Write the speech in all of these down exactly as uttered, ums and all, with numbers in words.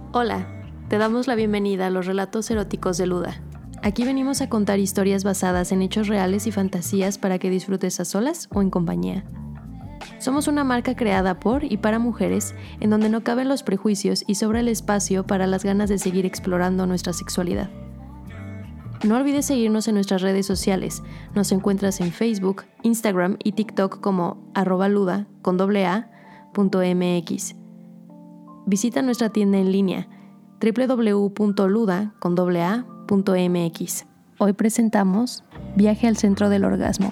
Hola, te damos la bienvenida a los relatos eróticos de Luda. Aquí venimos a contar historias basadas en hechos reales y fantasías para que disfrutes a solas o en compañía. Somos una marca creada por y para mujeres en donde no caben los prejuicios y sobra el espacio para las ganas de seguir explorando nuestra sexualidad. No olvides seguirnos en nuestras redes sociales. Nos encuentras en Facebook, Instagram y TikTok como arroba luda con doble a punto mx. Visita nuestra tienda en línea doble u doble u doble u punto luda con doble a punto mx. Hoy presentamos Viaje al centro del orgasmo.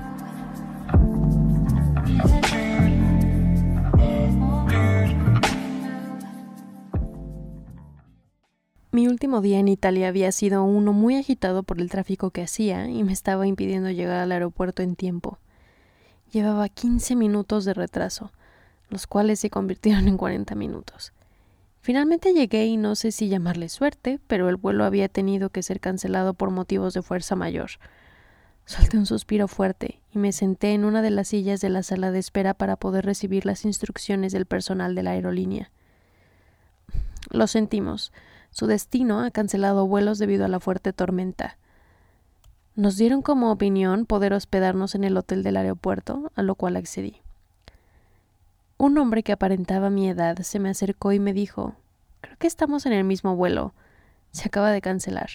Mi último día en Italia había sido uno muy agitado por el tráfico que hacía y me estaba impidiendo llegar al aeropuerto en tiempo. Llevaba quince minutos de retraso, los cuales se convirtieron en cuarenta minutos. Finalmente llegué y no sé si llamarle suerte, pero el vuelo había tenido que ser cancelado por motivos de fuerza mayor. Solté un suspiro fuerte y me senté en una de las sillas de la sala de espera para poder recibir las instrucciones del personal de la aerolínea. Lo sentimos. Su destino ha cancelado vuelos debido a la fuerte tormenta. Nos dieron como opinión poder hospedarnos en el hotel del aeropuerto, a lo cual accedí. Un hombre que aparentaba mi edad se me acercó y me dijo: «Creo que estamos en el mismo vuelo. Se acaba de cancelar».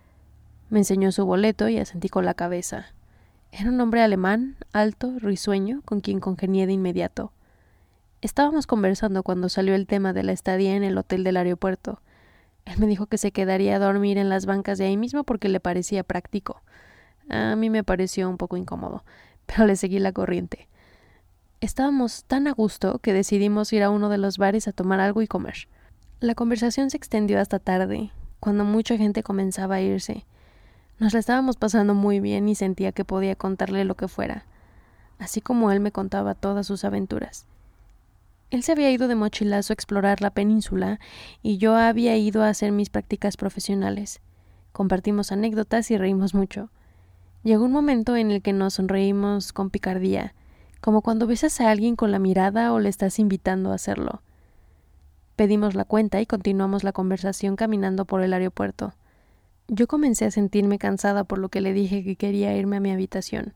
Me enseñó su boleto y asentí con la cabeza. Era un hombre alemán, alto, risueño, con quien congenié de inmediato. Estábamos conversando cuando salió el tema de la estadía en el hotel del aeropuerto. Él me dijo que se quedaría a dormir en las bancas de ahí mismo porque le parecía práctico. A mí me pareció un poco incómodo, pero le seguí la corriente. Estábamos tan a gusto que decidimos ir a uno de los bares a tomar algo y comer. La conversación se extendió hasta tarde, cuando mucha gente comenzaba a irse. Nos la estábamos pasando muy bien y sentía que podía contarle lo que fuera, así como él me contaba todas sus aventuras. Él se había ido de mochilazo a explorar la península y yo había ido a hacer mis prácticas profesionales. Compartimos anécdotas y reímos mucho. Llegó un momento en el que nos sonreímos con picardía, como cuando besas a alguien con la mirada o le estás invitando a hacerlo. Pedimos la cuenta y continuamos la conversación caminando por el aeropuerto. Yo comencé a sentirme cansada por lo que le dije que quería irme a mi habitación.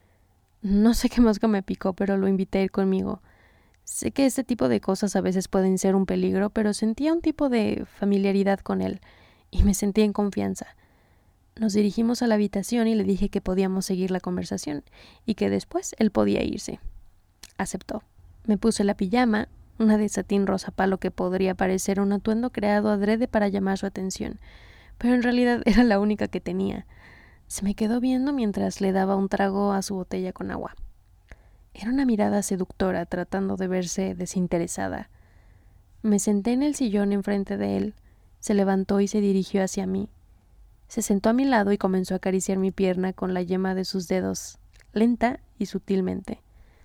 No sé qué mosca me picó, pero lo invité a ir conmigo. Sé que este tipo de cosas a veces pueden ser un peligro, pero sentía un tipo de familiaridad con él y me sentía en confianza. Nos dirigimos a la habitación y le dije que podíamos seguir la conversación y que después él podía irse. Aceptó. Me puse la pijama, una de satín rosa palo que podría parecer un atuendo creado adrede para llamar su atención, pero en realidad era la única que tenía. Se me quedó viendo mientras le daba un trago a su botella con agua. Era una mirada seductora, tratando de verse desinteresada. Me senté en el sillón enfrente de él. Se levantó y se dirigió hacia mí. Se sentó a mi lado y comenzó a acariciar mi pierna con la yema de sus dedos, lenta y sutilmente.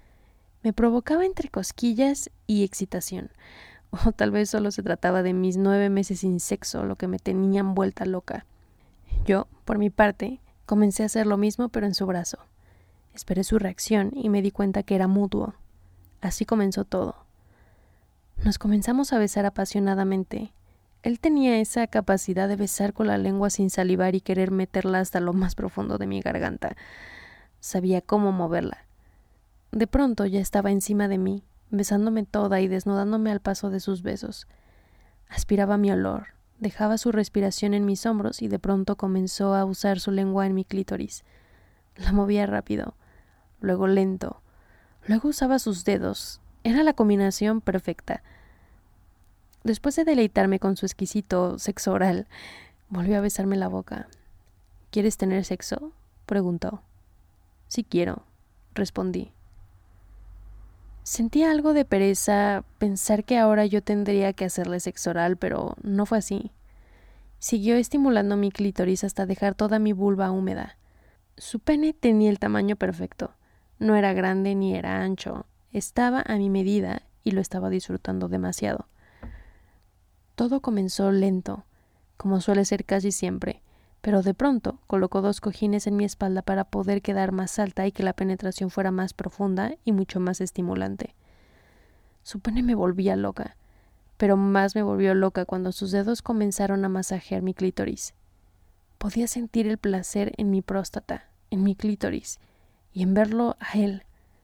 Me provocaba entre cosquillas y excitación, o tal vez solo se trataba de mis nueve meses sin sexo lo que me tenían vuelta loca. Yo, por mi parte, comencé a hacer lo mismo pero en su brazo. Esperé su reacción y me di cuenta que era mutuo. Así comenzó todo. Nos comenzamos a besar apasionadamente. Él tenía esa capacidad de besar con la lengua sin salivar y querer meterla hasta lo más profundo de mi garganta. Sabía cómo moverla. De pronto ya estaba encima de mí, besándome toda y desnudándome al paso de sus besos. Aspiraba mi olor, dejaba su respiración en mis hombros y de pronto comenzó a usar su lengua en mi clítoris. La movía rápido, luego lento, luego usaba sus dedos. Era la combinación perfecta. Después de deleitarme con su exquisito sexo oral, volvió a besarme la boca. ¿Quieres tener sexo?, preguntó. Sí quiero, respondí. Sentía algo de pereza pensar que ahora yo tendría que hacerle sexo oral, pero no fue así. Siguió estimulando mi clítoris hasta dejar toda mi vulva húmeda. Su pene tenía el tamaño perfecto. No era grande ni era ancho. Estaba a mi medida y lo estaba disfrutando demasiado. Todo comenzó lento, como suele ser casi siempre, pero de pronto colocó dos cojines en mi espalda para poder quedar más alta y que la penetración fuera más profunda y mucho más estimulante. Su pene me volvía loca. pero más me volvió loca cuando sus dedos comenzaron a masajear mi clítoris. Podía sentir el placer en mi próstata, en mi clítoris, y en verlo a él.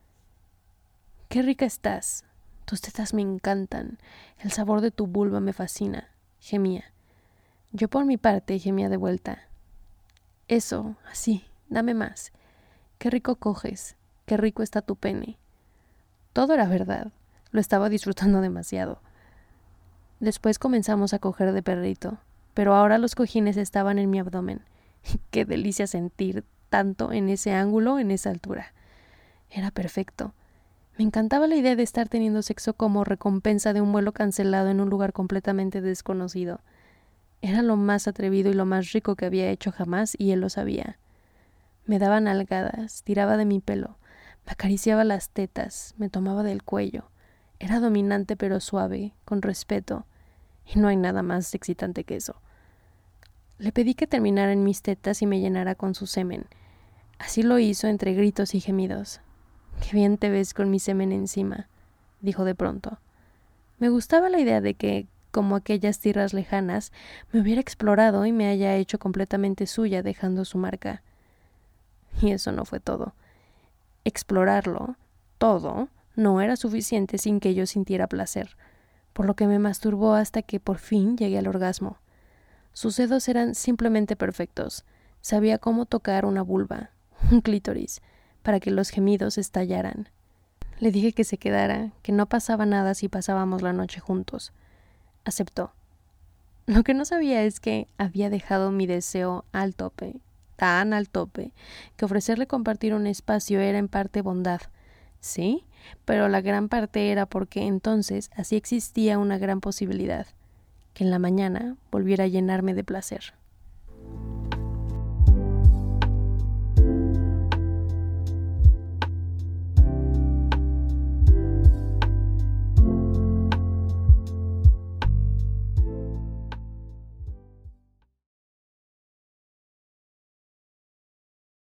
¡Qué rica estás! Tus tetas me encantan. El sabor de tu vulva me fascina, gemía. Yo por mi parte gemía de vuelta. Eso, así, dame más. Qué rico coges, qué rico está tu pene. Todo era verdad, lo estaba disfrutando demasiado. Después comenzamos a coger de perrito, pero ahora los cojines estaban en mi abdomen. Qué delicia sentir tanto en ese ángulo, en esa altura. Era perfecto. Me encantaba la idea de estar teniendo sexo como recompensa de un vuelo cancelado en un lugar completamente desconocido. Era lo más atrevido y lo más rico que había hecho jamás, y él lo sabía. Me daba nalgadas, tiraba de mi pelo, me acariciaba las tetas, me tomaba del cuello. Era dominante pero suave, con respeto, y no hay nada más excitante que eso. Le pedí que terminara en mis tetas y me llenara con su semen. Así lo hizo entre gritos y gemidos. «Qué bien te ves con mi semen encima», dijo de pronto. Me gustaba la idea de que, como aquellas tierras lejanas, me hubiera explorado y me haya hecho completamente suya, dejando su marca. Y eso no fue todo. Explorarlo, todo, no era suficiente sin que yo sintiera placer, por lo que me masturbó hasta que por fin llegué al orgasmo. Sus dedos eran simplemente perfectos. Sabía cómo tocar una vulva, un clítoris, para que los gemidos estallaran. Le dije que se quedara, que no pasaba nada si pasábamos la noche juntos. Aceptó. Lo que no sabía es que había dejado mi deseo al tope, tan al tope, que ofrecerle compartir un espacio era en parte bondad. Sí, pero la gran parte era porque entonces así existía una gran posibilidad, que en la mañana volviera a llenarme de placer.